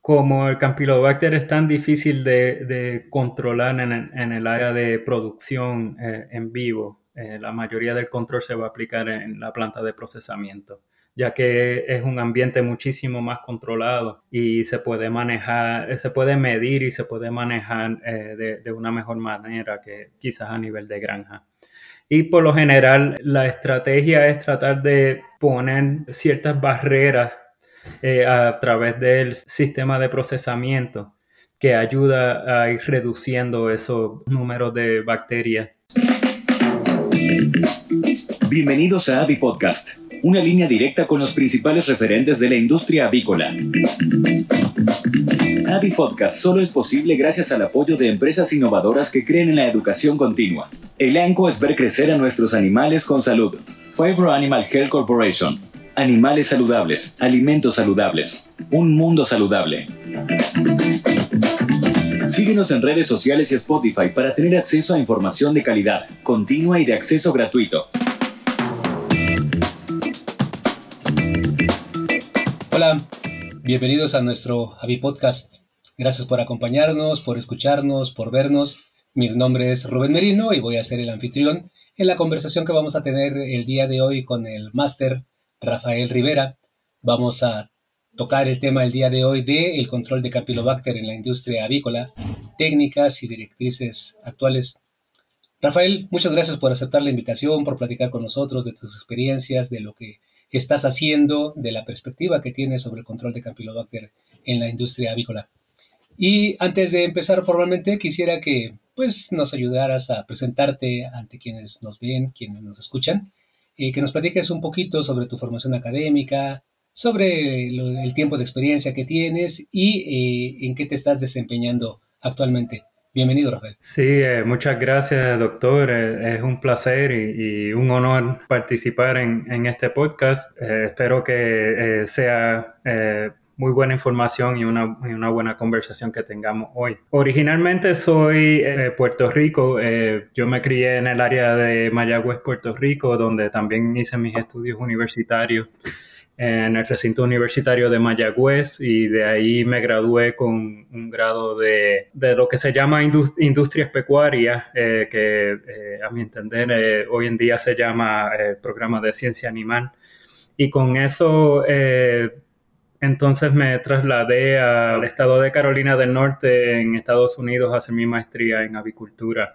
como el Campylobacter es tan difícil de controlar en el área de producción en vivo, la mayoría del control se va a aplicar en la planta de procesamiento, ya que es un ambiente muchísimo más controlado y se puede manejar, se puede medir y se puede manejar de una mejor manera que quizás a nivel de granja. Y por lo general, la estrategia es tratar de poner ciertas barreras a través del sistema de procesamiento que ayuda a ir reduciendo esos números de bacterias. Bienvenidos a Avi Podcast, una línea directa con los principales referentes de la industria avícola. Avi Podcast solo es posible gracias al apoyo de empresas innovadoras que creen en la educación continua. El ANCO es ver crecer a nuestros animales con salud. Phibro Animal Health Corporation. Animales saludables, alimentos saludables, un mundo saludable. Síguenos en redes sociales y Spotify para tener acceso a información de calidad, continua y de acceso gratuito. Hola, bienvenidos a nuestro Avi Podcast. Gracias por acompañarnos, por escucharnos, por vernos. Mi nombre es Rubén Merino y voy a ser el anfitrión en la conversación que vamos a tener el día de hoy con el máster Rafael Rivera. Vamos a tocar el tema el día de hoy del control de Campylobacter en la industria avícola, técnicas y directrices actuales. Rafael, muchas gracias por aceptar la invitación, por platicar con nosotros de tus experiencias, de lo que estás haciendo, de la perspectiva que tienes sobre el control de Campylobacter en la industria avícola. Y antes de empezar formalmente, quisiera que nos ayudaras a presentarte ante quienes nos ven, quienes nos escuchan, que nos platiques un poquito sobre tu formación académica, sobre el tiempo de experiencia que tienes y en qué te estás desempeñando actualmente. Bienvenido, Rafael. Sí, muchas gracias, doctor. Es un placer y un honor participar en este podcast. Espero que sea muy buena información y una buena conversación que tengamos hoy. Originalmente soy de Puerto Rico. Yo me crié en el área de Mayagüez, Puerto Rico, donde también hice mis estudios universitarios en el recinto universitario de Mayagüez, y de ahí me gradué con un grado de lo que se llama industrias pecuarias, que a mi entender hoy en día se llama programa de ciencia animal. Y con eso entonces me trasladé al estado de Carolina del Norte en Estados Unidos a hacer mi maestría en avicultura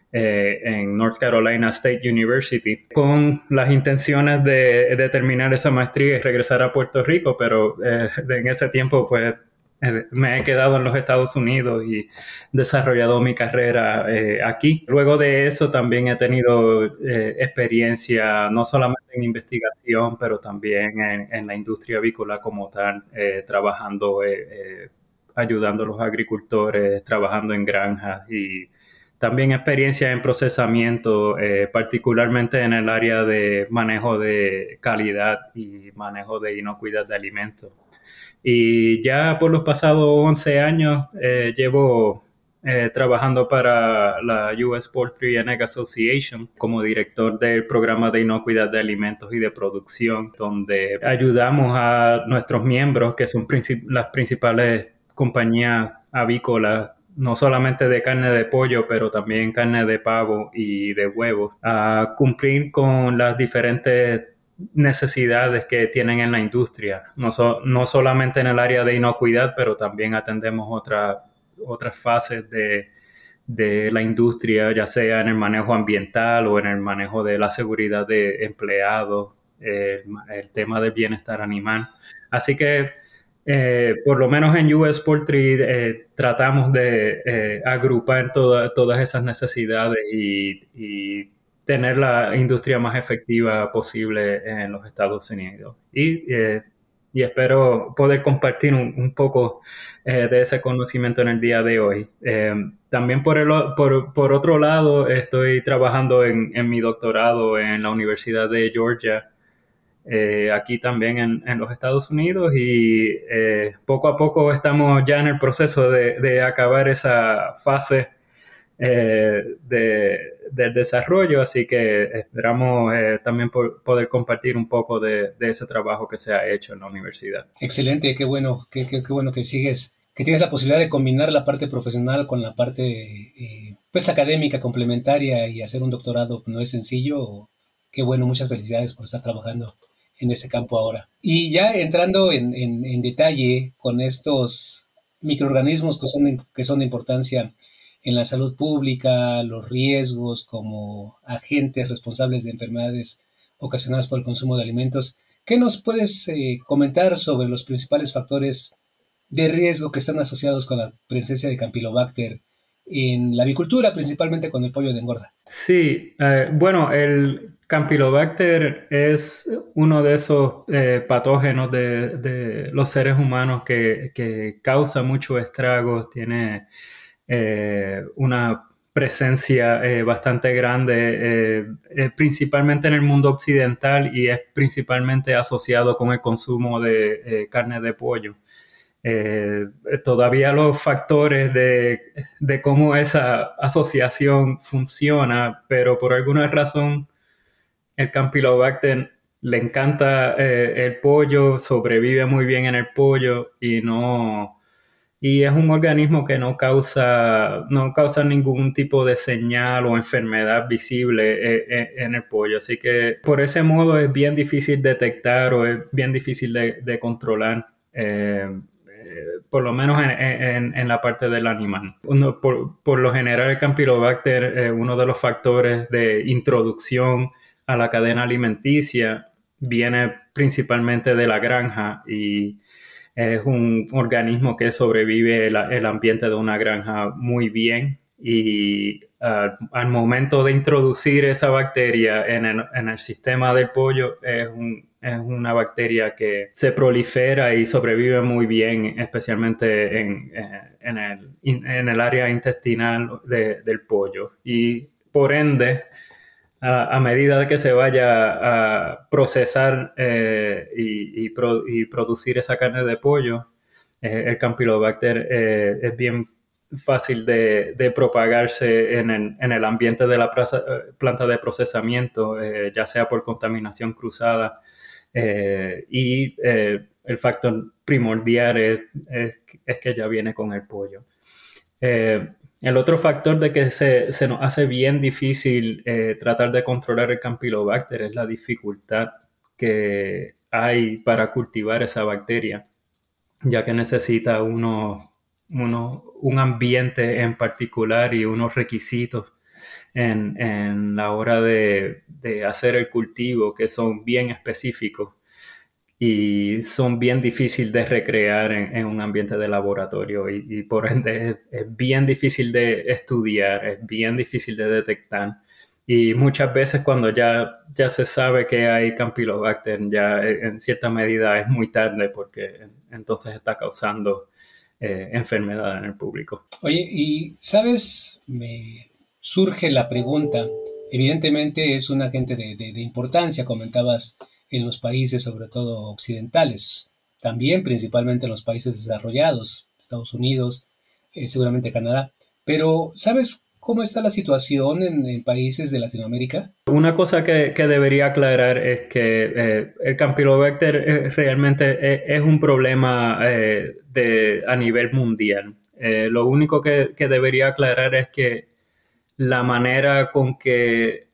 en North Carolina State University, con las intenciones de terminar esa maestría y regresar a Puerto Rico, pero en ese tiempo pues me he quedado en los Estados Unidos y desarrollado mi carrera aquí. Luego de eso también he tenido experiencia no solamente en investigación, pero también en la industria avícola como tal, trabajando, ayudando a los agricultores, trabajando en granjas y también experiencia en procesamiento, particularmente en el área de manejo de calidad y manejo de inocuidad de alimentos. Y ya por los pasados 11 años llevo trabajando para la US Poultry and Egg Association como director del programa de inocuidad de alimentos y de producción, donde ayudamos a nuestros miembros, que son las principales compañías avícolas, no solamente de carne de pollo, pero también carne de pavo y de huevos, a cumplir con las diferentes necesidades que tienen en la industria, no solamente en el área de inocuidad, pero también atendemos otras fases de la industria, ya sea en el manejo ambiental o en el manejo de la seguridad de empleados, el tema del bienestar animal. Así que por lo menos en US Poultry tratamos de agrupar todas esas necesidades y tener la industria más efectiva posible en los Estados Unidos. Y espero poder compartir un poco de ese conocimiento en el día de hoy. También por otro lado, estoy trabajando en mi doctorado en la Universidad de Georgia, aquí también en los Estados Unidos, y poco a poco estamos ya en el proceso de acabar esa fase del desarrollo, así que esperamos también poder compartir un poco de ese trabajo que se ha hecho en la universidad. Excelente, qué bueno que sigues que tienes la posibilidad de combinar la parte profesional con la parte pues académica complementaria y hacer un doctorado no es sencillo. Qué bueno, muchas felicidades por estar trabajando en ese campo ahora. Y ya entrando en detalle con estos microorganismos que son de importancia en la salud pública, los riesgos como agentes responsables de enfermedades ocasionadas por el consumo de alimentos, ¿qué nos puedes comentar sobre los principales factores de riesgo que están asociados con la presencia de Campylobacter en la avicultura, principalmente con el pollo de engorda? Sí, bueno, el Campylobacter es uno de esos patógenos de los seres humanos que causa muchos estragos, tiene una presencia bastante grande, principalmente en el mundo occidental y es principalmente asociado con el consumo de carne de pollo. Eh, Todavía los factores de cómo esa asociación funciona, pero por alguna razón el Campylobacter le encanta el pollo, sobrevive muy bien en el pollo y es un organismo que no causa ningún tipo de señal o enfermedad visible en el pollo. Así que por ese modo es bien difícil detectar o es bien difícil de controlar. Por lo menos en la parte del animal. Por lo general, el Campylobacter es uno de los factores de introducción a la cadena alimenticia, viene principalmente de la granja y es un organismo que sobrevive el ambiente de una granja muy bien y al momento de introducir esa bacteria en el sistema del pollo es una bacteria que se prolifera y sobrevive muy bien, especialmente en el área intestinal del pollo. Y por ende, a medida de que se vaya a procesar y producir esa carne de pollo, el Campylobacter es bien fácil de propagarse en el ambiente de la planta de procesamiento, ya sea por contaminación cruzada. El factor primordial es que ya viene con el pollo. El otro factor de que se nos hace bien difícil tratar de controlar el Campylobacter es la dificultad que hay para cultivar esa bacteria, ya que necesita un ambiente en particular y unos requisitos en la hora de hacer el cultivo que son bien específicos y son bien difíciles de recrear en un ambiente de laboratorio y por ende es bien difícil de estudiar, es bien difícil de detectar. Y muchas veces cuando ya se sabe que hay Campylobacter, ya en cierta medida es muy tarde porque entonces está causando enfermedad en el público. Oye, y sabes, me surge la pregunta, evidentemente es un agente de importancia, comentabas en los países, sobre todo occidentales, también principalmente en los países desarrollados, Estados Unidos, seguramente Canadá, pero ¿sabes cómo está la situación en países de Latinoamérica? Una cosa que debería aclarar es que el Campylobacter realmente es un problema a nivel mundial. Lo único que debería aclarar es que la manera con que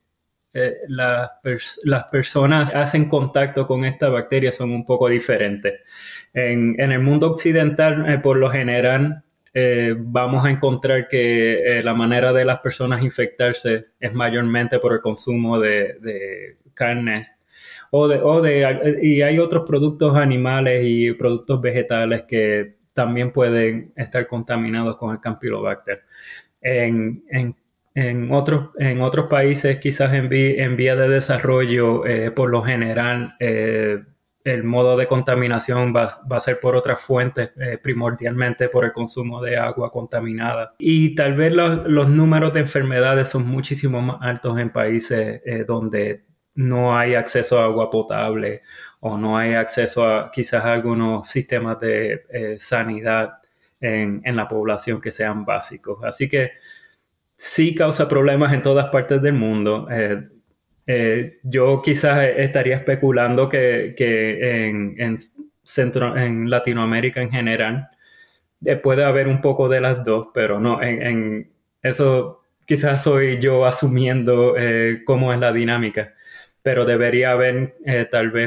las personas hacen contacto con esta bacteria son un poco diferentes. En el mundo occidental, por lo general, vamos a encontrar que la manera de las personas infectarse es mayormente por el consumo de carnes y hay otros productos animales y productos vegetales que también pueden estar contaminados con el Campylobacter. En, en, en otros países, quizás en vía de desarrollo, por lo general, el modo de contaminación va a ser por otras fuentes, primordialmente por el consumo de agua contaminada. Y tal vez los números de enfermedades son muchísimo más altos en países donde no hay acceso a agua potable o no hay acceso a quizás a algunos sistemas de sanidad en la población que sean básicos. Así que sí causa problemas en todas partes del mundo. Yo quizás estaría especulando que en Latinoamérica en general puede haber un poco de las dos, pero no, en eso quizás soy yo asumiendo cómo es la dinámica, pero debería haber tal vez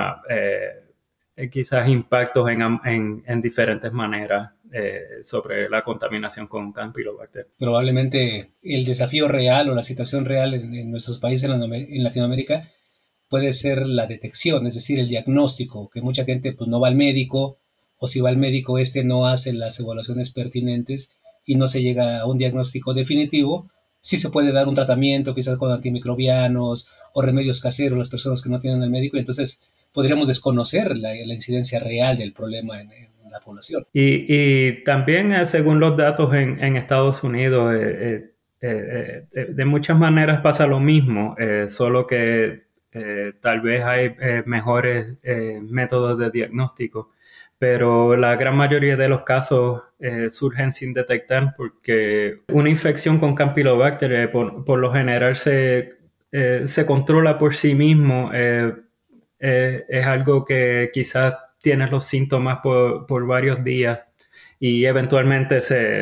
quizás impactos en diferentes maneras sobre la contaminación con Campylobacter. Probablemente el desafío real o la situación real en nuestros países en Latinoamérica puede ser la detección, es decir, el diagnóstico, que mucha gente pues no va al médico, o si va al médico no hace las evaluaciones pertinentes y no se llega a un diagnóstico definitivo. Sí se puede dar un tratamiento, quizás con antimicrobianos o remedios caseros a las personas que no tienen el médico, y entonces podríamos desconocer la incidencia real del problema en la población. Y también, según los datos en Estados Unidos, de muchas maneras pasa lo mismo, solo que tal vez hay mejores métodos de diagnóstico, pero la gran mayoría de los casos surgen sin detectar porque una infección con Campylobacter por lo general se controla por sí mismo. Es algo que quizás tienes los síntomas por varios días y eventualmente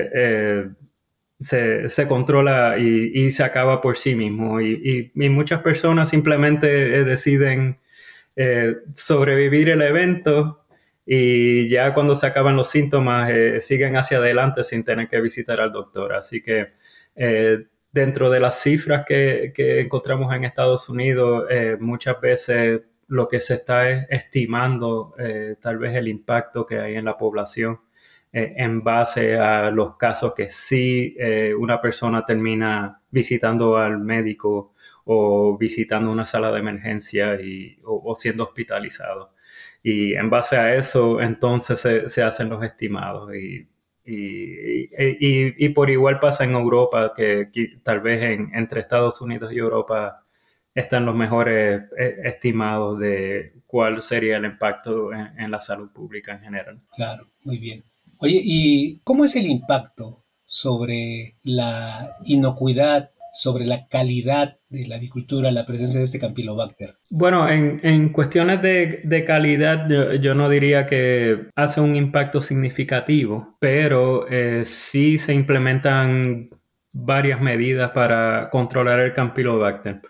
se controla y se acaba por sí mismo. Y muchas personas simplemente deciden sobrevivir el evento y ya cuando se acaban los síntomas siguen hacia adelante sin tener que visitar al doctor. Así que dentro de las cifras que encontramos en Estados Unidos, muchas veces lo que se está estimando tal vez el impacto que hay en la población en base a los casos que sí una persona termina visitando al médico o visitando una sala de emergencia o siendo hospitalizado. Y en base a eso, entonces se hacen los estimados. Y por igual pasa en Europa, que tal vez entre Estados Unidos y Europa están los mejores estimados de cuál sería el impacto en la salud pública en general. Claro, muy bien. Oye, ¿y cómo es el impacto sobre la inocuidad, sobre la calidad de la avicultura, la presencia de este Campylobacter? Bueno, en cuestiones de calidad, yo no diría que hace un impacto significativo, pero sí se implementan varias medidas para controlar el Campylobacter,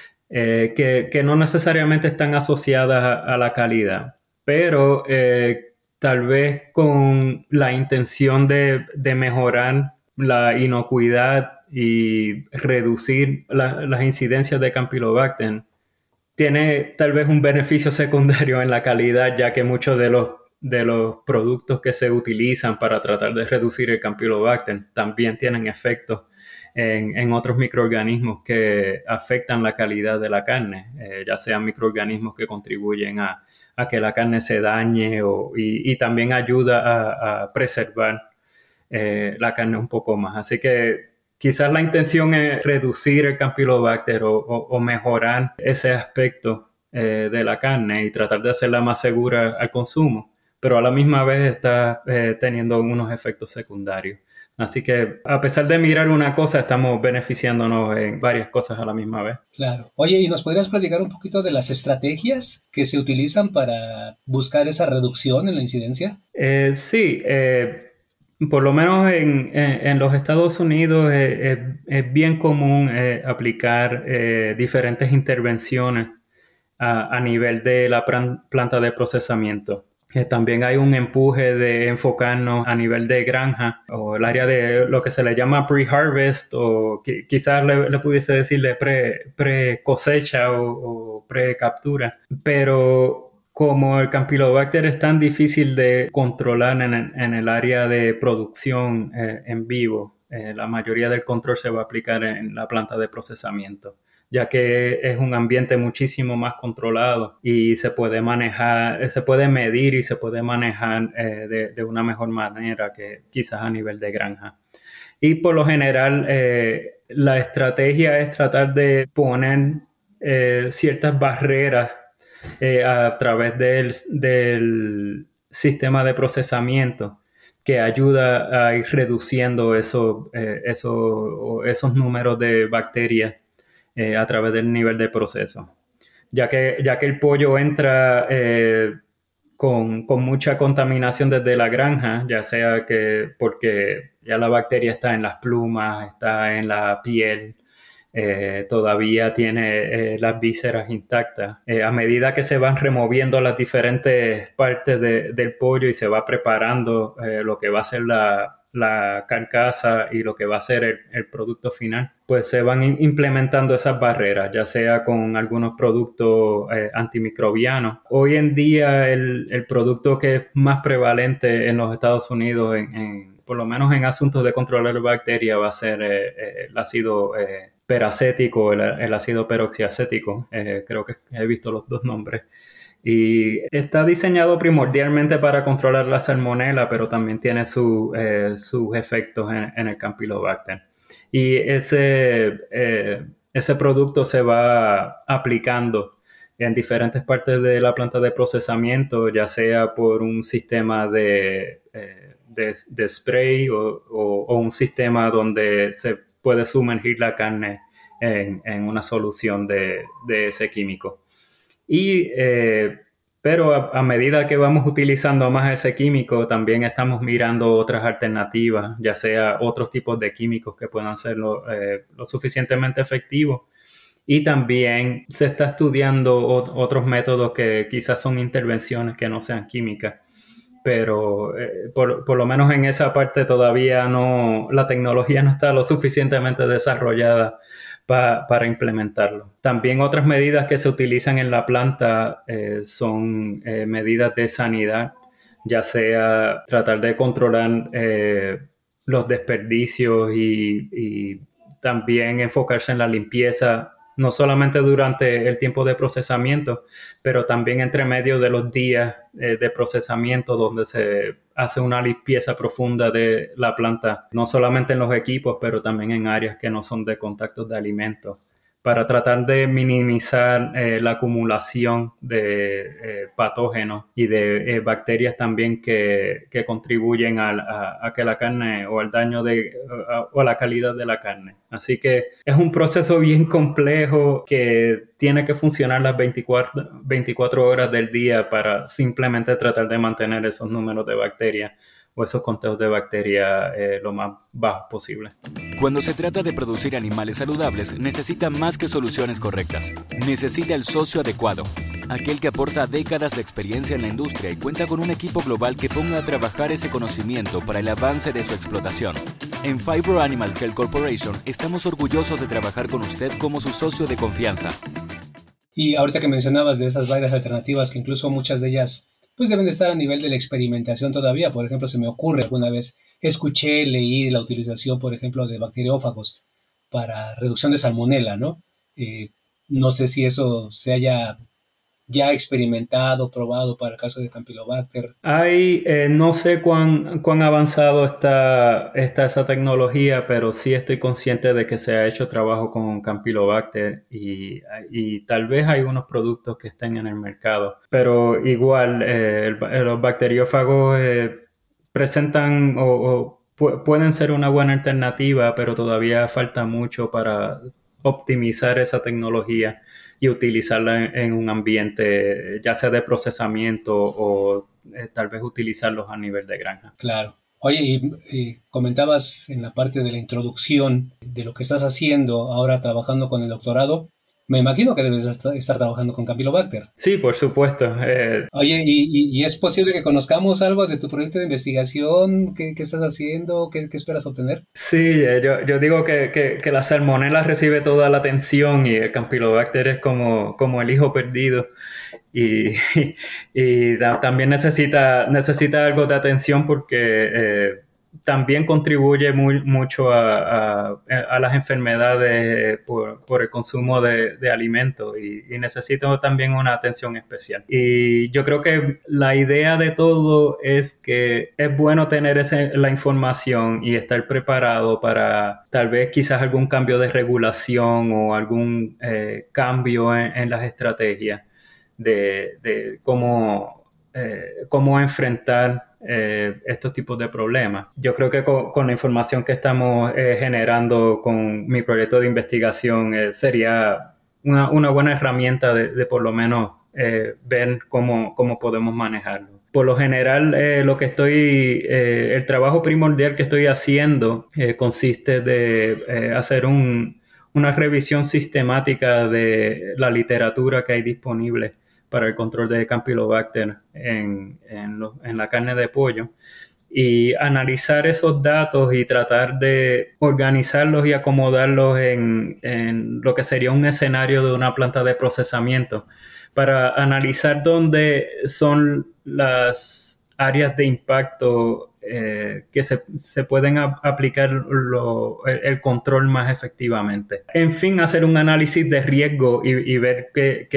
que no necesariamente están asociadas a la calidad, pero tal vez con la intención de mejorar la inocuidad y reducir las incidencias de Campylobacter tiene tal vez un beneficio secundario en la calidad, ya que muchos de los productos que se utilizan para tratar de reducir el Campylobacter también tienen efectos en otros microorganismos que afectan la calidad de la carne, ya sean microorganismos que contribuyen a que la carne se dañe y también ayuda a preservar la carne un poco más. Así que quizás la intención es reducir el Campylobacter o mejorar ese aspecto de la carne y tratar de hacerla más segura al consumo, pero a la misma vez está teniendo unos efectos secundarios. Así que a pesar de mirar una cosa, estamos beneficiándonos en varias cosas a la misma vez. Claro. Oye, ¿y nos podrías platicar un poquito de las estrategias que se utilizan para buscar esa reducción en la incidencia? Sí, por lo menos en los Estados Unidos es bien común aplicar diferentes intervenciones a nivel de la planta de procesamiento. También hay un empuje de enfocarnos a nivel de granja o el área de lo que se le llama pre-harvest o quizás le pudiese decirle pre-cosecha o pre-captura. Pero como el Campylobacter es tan difícil de controlar en el área de producción en vivo, la mayoría del control se va a aplicar en la planta de procesamiento, ya que es un ambiente muchísimo más controlado y se puede manejar, se puede medir y se puede manejar de una mejor manera que quizás a nivel de granja. Y por lo general, la estrategia es tratar de poner ciertas barreras a través del sistema de procesamiento que ayuda a ir reduciendo esos números de bacterias a través del nivel de proceso. Ya que el pollo entra con mucha contaminación desde la granja, ya sea que porque ya la bacteria está en las plumas, está en la piel, todavía tiene las vísceras intactas. A medida que se van removiendo las diferentes partes del pollo y se va preparando lo que va a ser la carcasa y lo que va a ser el producto final, pues se van implementando esas barreras, ya sea con algunos productos antimicrobianos. Hoy en día el producto que es más prevalente en los Estados Unidos, por lo menos en asuntos de controlar bacterias, va a ser el ácido peracético, el ácido peroxiacético. Creo que he visto los dos nombres. Y está diseñado primordialmente para controlar la salmonela, pero también tiene sus efectos en el Campylobacter. Y ese producto se va aplicando en diferentes partes de la planta de procesamiento, ya sea por un sistema de spray o un sistema donde se puede sumergir la carne en una solución de ese químico. Pero a medida que vamos utilizando más ese químico, también estamos mirando otras alternativas, ya sea otros tipos de químicos que puedan ser lo suficientemente efectivos. Y también se está estudiando otros métodos que quizás son intervenciones que no sean químicas. Pero por lo menos en esa parte todavía la tecnología no está lo suficientemente desarrollada para implementarlo. También otras medidas que se utilizan en la planta son medidas de sanidad, ya sea tratar de controlar los desperdicios y también enfocarse en la limpieza, no solamente durante el tiempo de procesamiento, pero también entre medio de los días de procesamiento donde se hace una limpieza profunda de la planta, no solamente en los equipos, pero también en áreas que no son de contactos de alimentos, para tratar de minimizar la acumulación de patógenos y de bacterias también que contribuyen a que la carne o al daño o a la calidad de la carne. Así que es un proceso bien complejo que tiene que funcionar las 24 horas del día para simplemente tratar de mantener esos números de bacterias o esos conteos de bacterias lo más bajos posible. Cuando se trata de producir animales saludables, necesita más que soluciones correctas. Necesita el socio adecuado, aquel que aporta décadas de experiencia en la industria y cuenta con un equipo global que ponga a trabajar ese conocimiento para el avance de su explotación. En Phibro Animal Health Corporation estamos orgullosos de trabajar con usted como su socio de confianza. Y ahorita que mencionabas de esas varias alternativas, que incluso muchas de ellas pues deben de estar a nivel de la experimentación todavía. Por ejemplo, se me ocurre alguna vez, leí la utilización, por ejemplo, de bacteriófagos para reducción de salmonela, ¿no? No sé si eso se haya ya experimentado, probado para el caso de Campylobacter. No sé cuán avanzado está esa tecnología, pero sí estoy consciente de que se ha hecho trabajo con Campylobacter y tal vez hay unos productos que estén en el mercado. Pero igual, los bacteriófagos presentan pueden ser una buena alternativa, pero todavía falta mucho para optimizar esa tecnología y utilizarla en un ambiente ya sea de procesamiento o tal vez utilizarlos a nivel de granja. Claro. Oye, y comentabas en la parte de la introducción de lo que estás haciendo ahora trabajando con el doctorado. Me imagino que debes estar trabajando con Campylobacter. Sí, por supuesto. Oye, ¿y es posible que conozcamos algo de tu proyecto de investigación? ¿Qué estás haciendo? ¿Qué esperas obtener? Sí, yo digo que la salmonela recibe toda la atención y el Campylobacter es como el hijo perdido. Y, también necesita algo de atención porque también contribuye mucho a las enfermedades por el consumo de alimentos y necesita también una atención especial. Y yo creo que la idea de todo es que es bueno tener la información y estar preparado para tal vez quizás algún cambio de regulación o algún cambio en las estrategias de cómo enfrentar estos tipos de problemas. Yo creo que con la información que estamos generando con mi proyecto de investigación sería una buena herramienta de por lo menos ver cómo podemos manejarlo. Por lo general, el trabajo primordial que estoy haciendo consiste de hacer una revisión sistemática de la literatura que hay disponible para el control de Campylobacter en la carne de pollo y analizar esos datos y tratar de organizarlos y acomodarlos en lo que sería un escenario de una planta de procesamiento para analizar dónde son las áreas de impacto que se pueden aplicar el control más efectivamente. En fin, hacer un análisis de riesgo y ver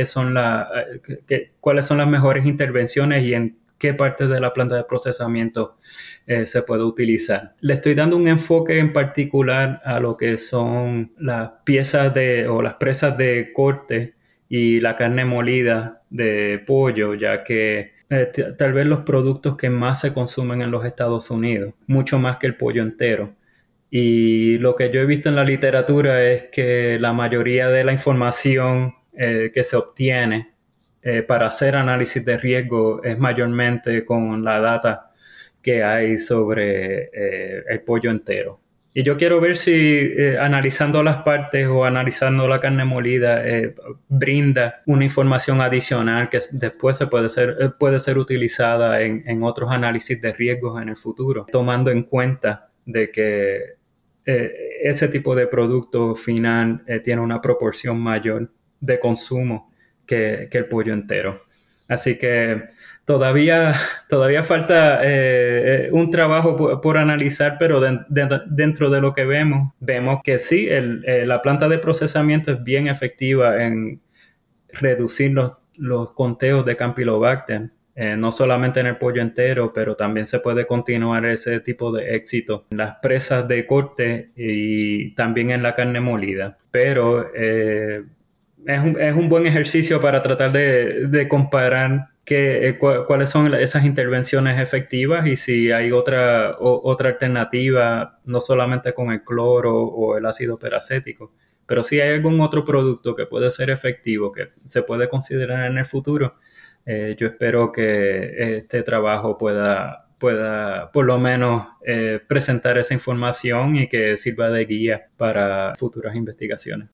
cuáles son las mejores intervenciones y en qué parte de la planta de procesamiento se puede utilizar. Le estoy dando un enfoque en particular a lo que son las piezas o las presas de corte y la carne molida de pollo, ya que tal vez los productos que más se consumen en los Estados Unidos, mucho más que el pollo entero. Y lo que yo he visto en la literatura es que la mayoría de la información que se obtiene para hacer análisis de riesgo es mayormente con la data que hay sobre el pollo entero. Y yo quiero ver si analizando las partes o analizando la carne molida brinda una información adicional que después puede ser utilizada en otros análisis de riesgos en el futuro, tomando en cuenta de que ese tipo de producto final tiene una proporción mayor de consumo que el pollo entero. Así que todavía falta un trabajo por analizar, pero dentro de lo que vemos que sí, la planta de procesamiento es bien efectiva en reducir los conteos de Campylobacter. No solamente en el pollo entero, pero también se puede continuar ese tipo de éxito en las presas de corte y también en la carne molida. Pero es un buen ejercicio para tratar de comparar cuáles son esas intervenciones efectivas y si hay otra alternativa, no solamente con el cloro o el ácido peracético, pero si hay algún otro producto que puede ser efectivo, que se puede considerar en el futuro. Yo espero que este trabajo pueda por lo menos presentar esa información y que sirva de guía para futuras investigaciones.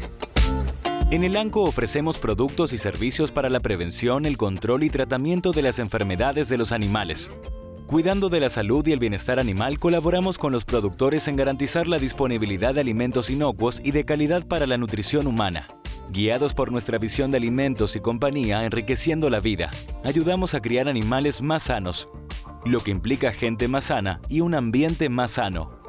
En Elanco ofrecemos productos y servicios para la prevención, el control y tratamiento de las enfermedades de los animales. Cuidando de la salud y el bienestar animal, colaboramos con los productores en garantizar la disponibilidad de alimentos inocuos y de calidad para la nutrición humana. Guiados por nuestra visión de alimentos y compañía enriqueciendo la vida, ayudamos a criar animales más sanos, lo que implica gente más sana y un ambiente más sano.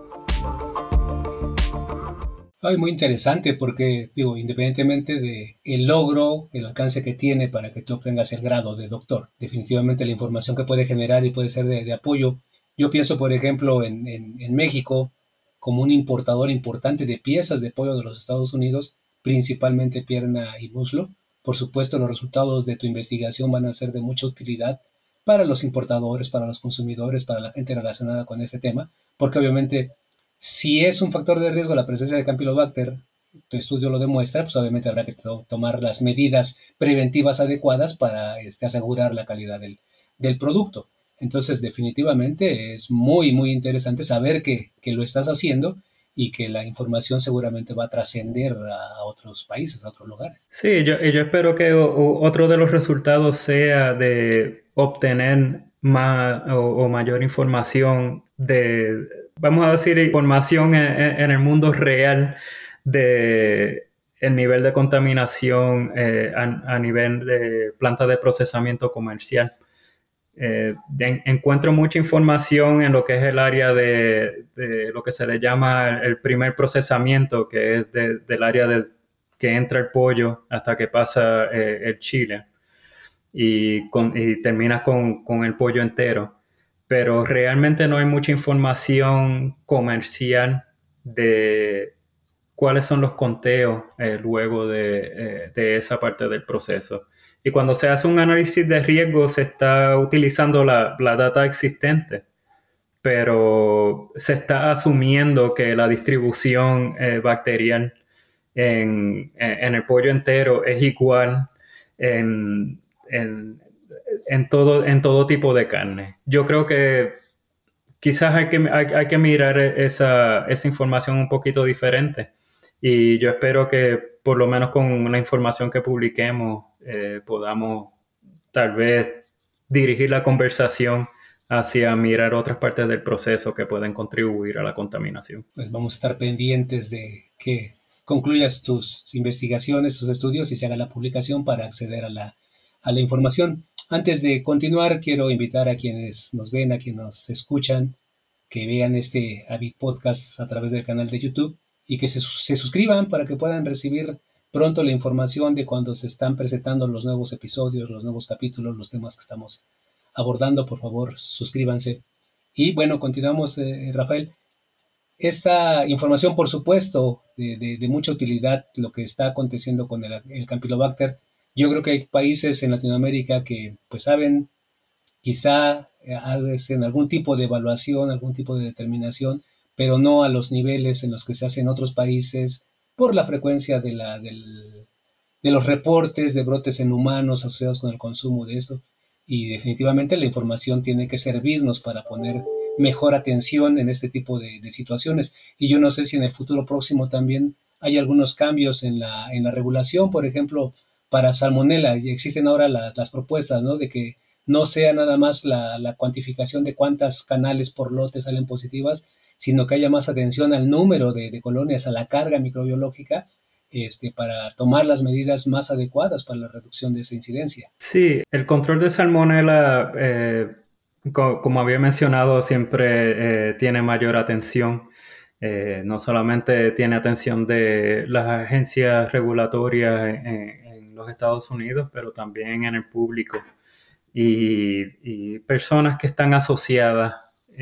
Muy interesante porque, independientemente de el logro, el alcance que tiene para que tú obtengas el grado de doctor, definitivamente la información que puede generar y puede ser de apoyo. Yo pienso, por ejemplo, en México como un importador importante de piezas de pollo de los Estados Unidos, principalmente pierna y muslo. Por supuesto, los resultados de tu investigación van a ser de mucha utilidad para los importadores, para los consumidores, para la gente relacionada con este tema, porque obviamente si es un factor de riesgo la presencia de Campylobacter, tu estudio lo demuestra, pues obviamente habrá que tomar las medidas preventivas adecuadas para asegurar la calidad del producto. Entonces, definitivamente es muy, muy interesante saber que lo estás haciendo y que la información seguramente va a trascender a otros países, a otros lugares. Sí, yo espero que otro de los resultados sea de obtener más o mayor información vamos a decir, información en el mundo real de el nivel de contaminación a nivel de planta de procesamiento comercial. Encuentro mucha información en lo que es el área de lo que se le llama el primer procesamiento, que es del área que entra el pollo hasta que pasa el chile y terminas con el pollo entero. Pero realmente no hay mucha información comercial de cuáles son los conteos luego de esa parte del proceso. Y cuando se hace un análisis de riesgo se está utilizando la data existente, pero se está asumiendo que la distribución bacterial en el pollo entero es igual en, en, en todo tipo de carne. Yo creo que quizás hay que mirar esa información un poquito diferente. Y yo espero que por lo menos con la información que publiquemos podamos tal vez dirigir la conversación hacia mirar otras partes del proceso que pueden contribuir a la contaminación. Pues vamos a estar pendientes de que concluyas tus investigaciones, tus estudios y se haga la publicación para acceder a la información. Antes de continuar, quiero invitar a quienes nos ven, a quienes nos escuchan, que vean este AVI Podcast a través del canal de YouTube y que se suscriban para que puedan recibir pronto la información de cuando se están presentando los nuevos episodios, los nuevos capítulos, los temas que estamos abordando. Por favor, suscríbanse. Y bueno, continuamos, Rafael. Esta información, por supuesto, de mucha utilidad, lo que está aconteciendo con el Campylobacter. Yo creo que hay países en Latinoamérica que pues saben quizá en algún tipo de evaluación, algún tipo de determinación, pero no a los niveles en los que se hace en otros países por la frecuencia de los reportes de brotes en humanos asociados con el consumo de esto. Y definitivamente la información tiene que servirnos para poner mejor atención en este tipo de situaciones. Y yo no sé si en el futuro próximo también hay algunos cambios en la regulación, por ejemplo, para salmonela. Y existen ahora las propuestas, ¿no?, de que no sea nada más la cuantificación de cuántas canales por lote salen positivas, sino que haya más atención al número de colonias, a la carga microbiológica, para tomar las medidas más adecuadas para la reducción de esa incidencia. Sí, el control de salmonela, como había mencionado, siempre tiene mayor atención. No solamente tiene atención de las agencias regulatorias en los Estados Unidos, pero también en el público y personas que están asociadas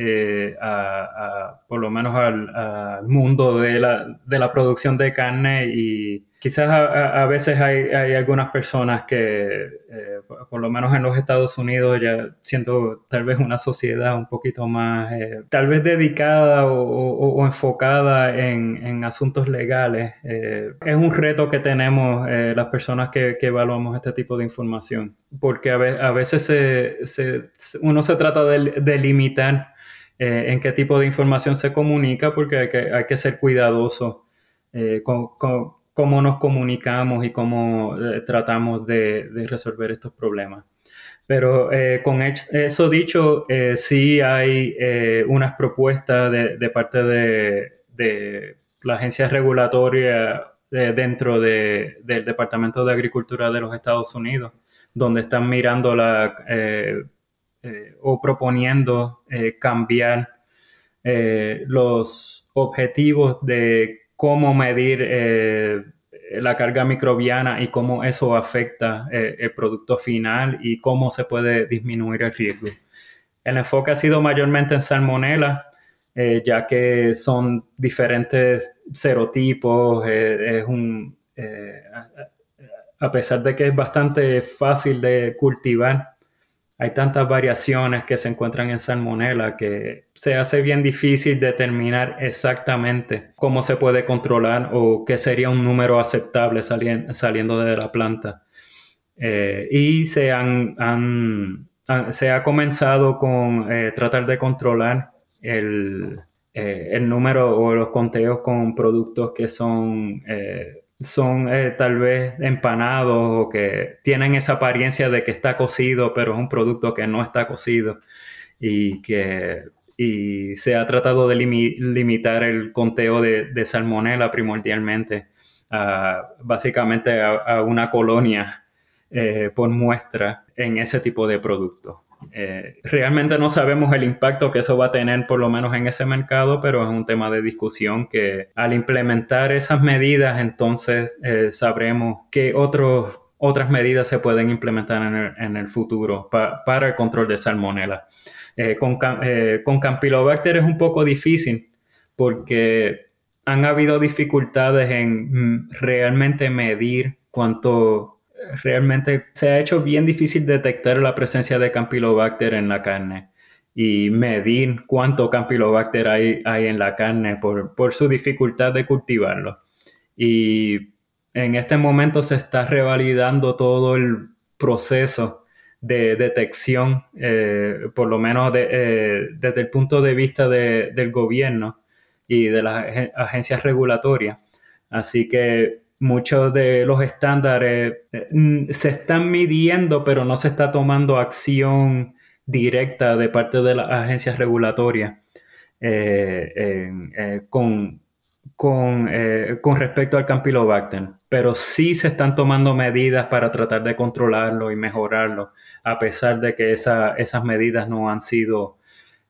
por lo menos al mundo de la producción de carne, y quizás a veces hay algunas personas que, por lo menos en los Estados Unidos, ya siendo tal vez una sociedad un poquito más, tal vez dedicada o enfocada en asuntos legales. Es un reto que tenemos las personas que evaluamos este tipo de información, porque a veces uno se trata de limitar en qué tipo de información se comunica, porque hay que ser cuidadoso con cómo nos comunicamos y cómo tratamos de resolver estos problemas. Pero con eso dicho, sí hay unas propuestas de parte de la agencia regulatoria dentro del Departamento de Agricultura de los Estados Unidos, donde están mirando o proponiendo cambiar los objetivos de cómo medir la carga microbiana y cómo eso afecta el producto final y cómo se puede disminuir el riesgo. El enfoque ha sido mayormente en salmonela, ya que son diferentes serotipos. A pesar de que es bastante fácil de cultivar, hay tantas variaciones que se encuentran en salmonela que se hace bien difícil determinar exactamente cómo se puede controlar o qué sería un número aceptable saliendo de la planta. Y se ha comenzado con tratar de controlar el número o los conteos con productos que son tal vez empanados o que tienen esa apariencia de que está cocido, pero es un producto que no está cocido, y se ha tratado de limitar el conteo de salmonela primordialmente básicamente a una colonia por muestra en ese tipo de producto. Realmente no sabemos el impacto que eso va a tener, por lo menos en ese mercado, pero es un tema de discusión que al implementar esas medidas, entonces sabremos qué otras medidas se pueden implementar en el futuro para el control de salmonela. Con Campylobacter es un poco difícil porque han habido dificultades en realmente medir cuánto. Realmente se ha hecho bien difícil detectar la presencia de Campylobacter en la carne y medir cuánto Campylobacter hay en la carne por su dificultad de cultivarlo. Y en este momento se está revalidando todo el proceso de detección, por lo menos desde el punto de vista del gobierno y de las agencias regulatorias. Así que muchos de los estándares se están midiendo, pero no se está tomando acción directa de parte de las agencias regulatorias con respecto al Campylobacter, pero sí se están tomando medidas para tratar de controlarlo y mejorarlo, a pesar de que esas medidas no han sido,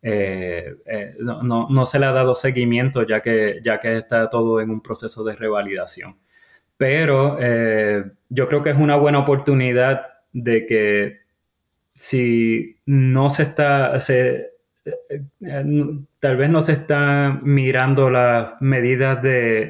no se le ha dado seguimiento ya que está todo en un proceso de revalidación. Pero yo creo que es una buena oportunidad de que si no se está, tal vez no se están mirando las medidas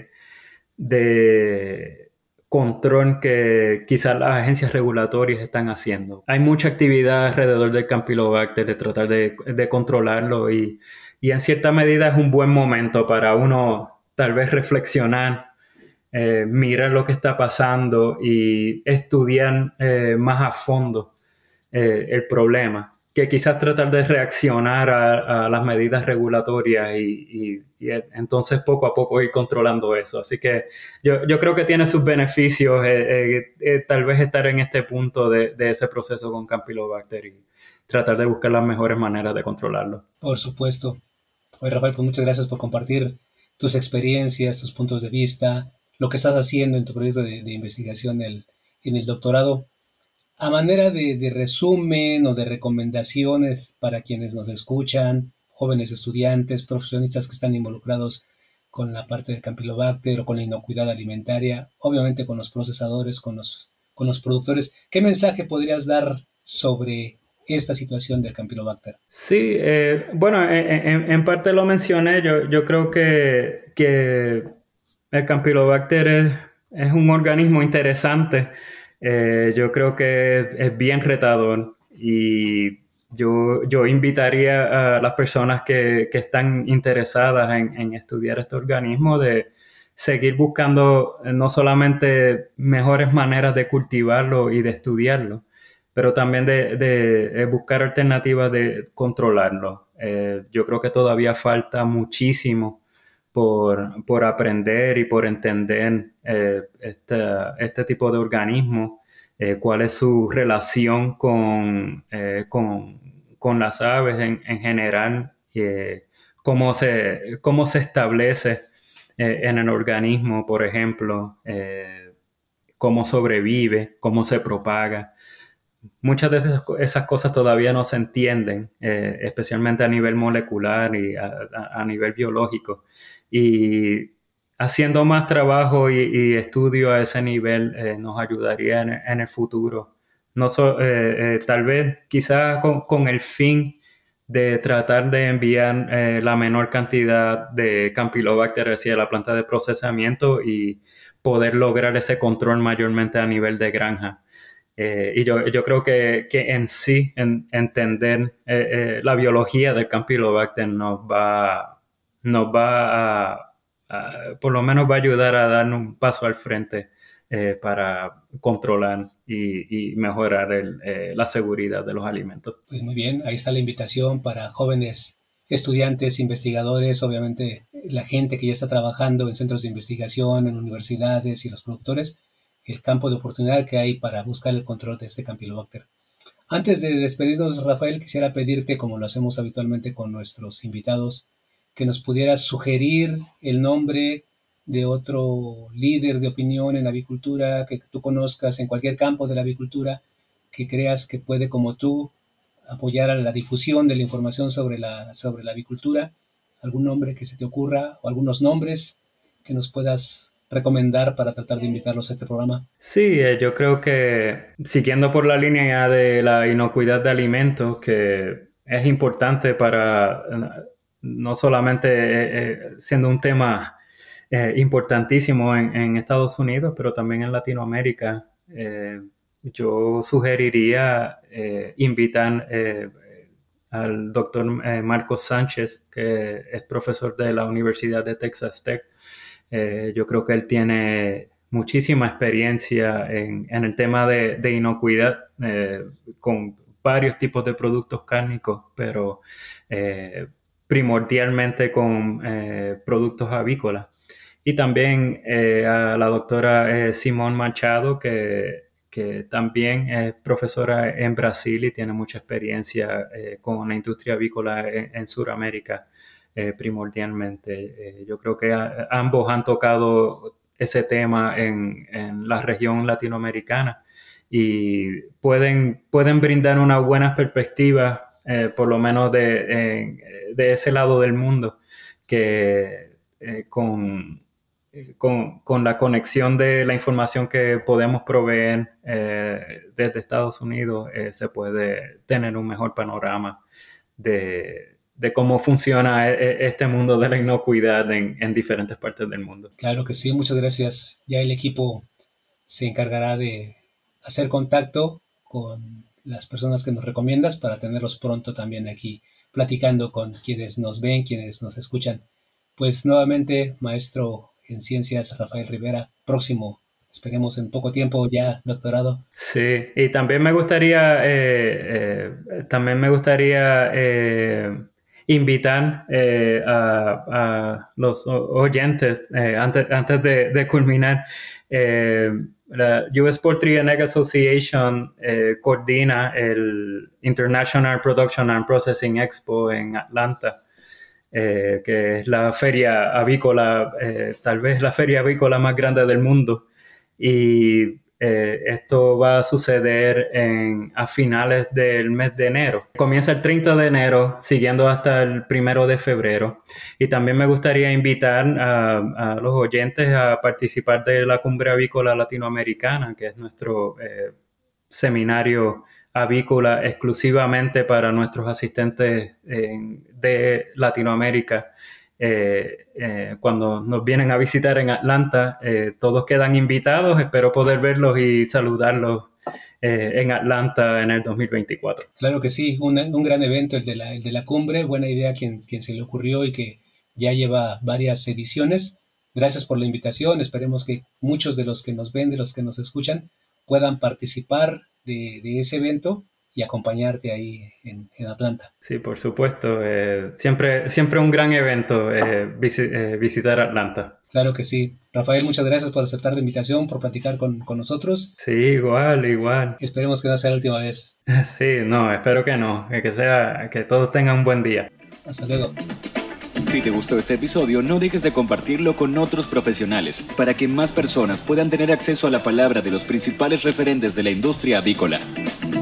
de control que quizás las agencias regulatorias están haciendo. Hay mucha actividad alrededor del Campylobacter de tratar de controlarlo y en cierta medida es un buen momento para uno tal vez reflexionar, mirar lo que está pasando y estudiar más a fondo el problema, que quizás tratar de reaccionar a las medidas regulatorias y entonces poco a poco ir controlando eso. Así que yo creo que tiene sus beneficios tal vez estar en este punto de ese proceso con Campylobacter y tratar de buscar las mejores maneras de controlarlo. Por supuesto. Oye, Rafael, pues muchas gracias por compartir tus experiencias, tus puntos de vista, lo que estás haciendo en tu proyecto de investigación en el doctorado. A manera de resumen o de recomendaciones para quienes nos escuchan, jóvenes estudiantes, profesionistas que están involucrados con la parte del Campylobacter o con la inocuidad alimentaria, obviamente con los procesadores, con los productores, ¿qué mensaje podrías dar sobre esta situación del Campylobacter? Sí, bueno, en parte lo mencioné, yo creo que el Campylobacter es un organismo interesante. Yo creo que es bien retador y yo invitaría a las personas que están interesadas en estudiar este organismo de seguir buscando no solamente mejores maneras de cultivarlo y de estudiarlo, pero también de buscar alternativas de controlarlo. Yo creo que todavía falta muchísimo por aprender y por entender este tipo de organismo, cuál es su relación con las aves en general, cómo se establece en el organismo, por ejemplo, cómo sobrevive, cómo se propaga. Muchas de esas cosas todavía no se entienden, especialmente a nivel molecular y a nivel biológico. Y haciendo más trabajo y estudio a ese nivel nos ayudaría en el futuro. Tal vez quizás con el fin de tratar de enviar la menor cantidad de Campylobacter hacia la planta de procesamiento y poder lograr ese control mayormente a nivel de granja. Y yo creo que en sí, entender la biología del Campylobacter nos va por lo menos va a ayudar a dar un paso al frente para controlar y mejorar la seguridad de los alimentos. Pues muy bien, ahí está la invitación para jóvenes estudiantes, investigadores, obviamente la gente que ya está trabajando en centros de investigación, en universidades y los productores, el campo de oportunidad que hay para buscar el control de este Campylobacter. Antes de despedirnos, Rafael, quisiera pedirte, como lo hacemos habitualmente con nuestros invitados, que nos pudieras sugerir el nombre de otro líder de opinión en la avicultura que tú conozcas en cualquier campo de la avicultura, que creas que puede, como tú, apoyar a la difusión de la información sobre la avicultura. ¿Algún nombre que se te ocurra o algunos nombres que nos puedas recomendar para tratar de invitarlos a este programa? Sí, yo creo que siguiendo por la línea de la inocuidad de alimentos, que es importante para no solamente siendo un tema importantísimo en Estados Unidos, pero también en Latinoamérica, yo sugeriría invitar al doctor Marcos Sánchez, que es profesor de la Universidad de Texas Tech. Yo creo que él tiene muchísima experiencia en el tema de inocuidad con varios tipos de productos cárnicos, pero primordialmente con productos avícolas. Y también a la doctora Simón Machado, que también es profesora en Brasil y tiene mucha experiencia con la industria avícola en Sudamérica primordialmente. Yo creo que ambos han tocado ese tema en la región latinoamericana y pueden brindar una buena perspectiva, por lo menos de ese lado del mundo, que con la conexión de la información que podemos proveer desde Estados Unidos, se puede tener un mejor panorama de cómo funciona este mundo de la inocuidad en diferentes partes del mundo. Claro que sí, muchas gracias. Ya el equipo se encargará de hacer contacto con las personas que nos recomiendas para tenerlos pronto también aquí platicando con quienes nos ven, quienes nos escuchan. Pues nuevamente, maestro en ciencias Rafael Rivera, próximo, esperemos en poco tiempo ya doctorado. Sí, y también me gustaría invitar a los oyentes, antes de culminar, la US Poultry and Egg Association coordina el International Production and Processing Expo en Atlanta, que es la feria avícola, tal vez la feria avícola más grande del mundo. Y esto va a suceder a finales del mes de enero. Comienza el 30 de enero, siguiendo hasta el 1 de febrero. Y también me gustaría invitar a los oyentes a participar de la Cumbre Avícola Latinoamericana, que es nuestro seminario avícola exclusivamente para nuestros asistentes de Latinoamérica. Cuando nos vienen a visitar en Atlanta, todos quedan invitados. Espero poder verlos y saludarlos en Atlanta en el 2024. Claro que sí, un gran evento el de la cumbre. Buena idea quien se le ocurrió y que ya lleva varias ediciones. Gracias por la invitación. Esperemos que muchos de los que nos ven, de los que nos escuchan, puedan participar de ese evento y acompañarte ahí en Atlanta. Sí, por supuesto. Siempre un gran evento visitar Atlanta. Claro que sí. Rafael, muchas gracias por aceptar la invitación, por platicar con nosotros. Sí, igual. Esperemos que no sea la última vez. Sí, no, espero que no. Que todos tengan un buen día. Hasta luego. Si te gustó este episodio, no dejes de compartirlo con otros profesionales para que más personas puedan tener acceso a la palabra de los principales referentes de la industria avícola.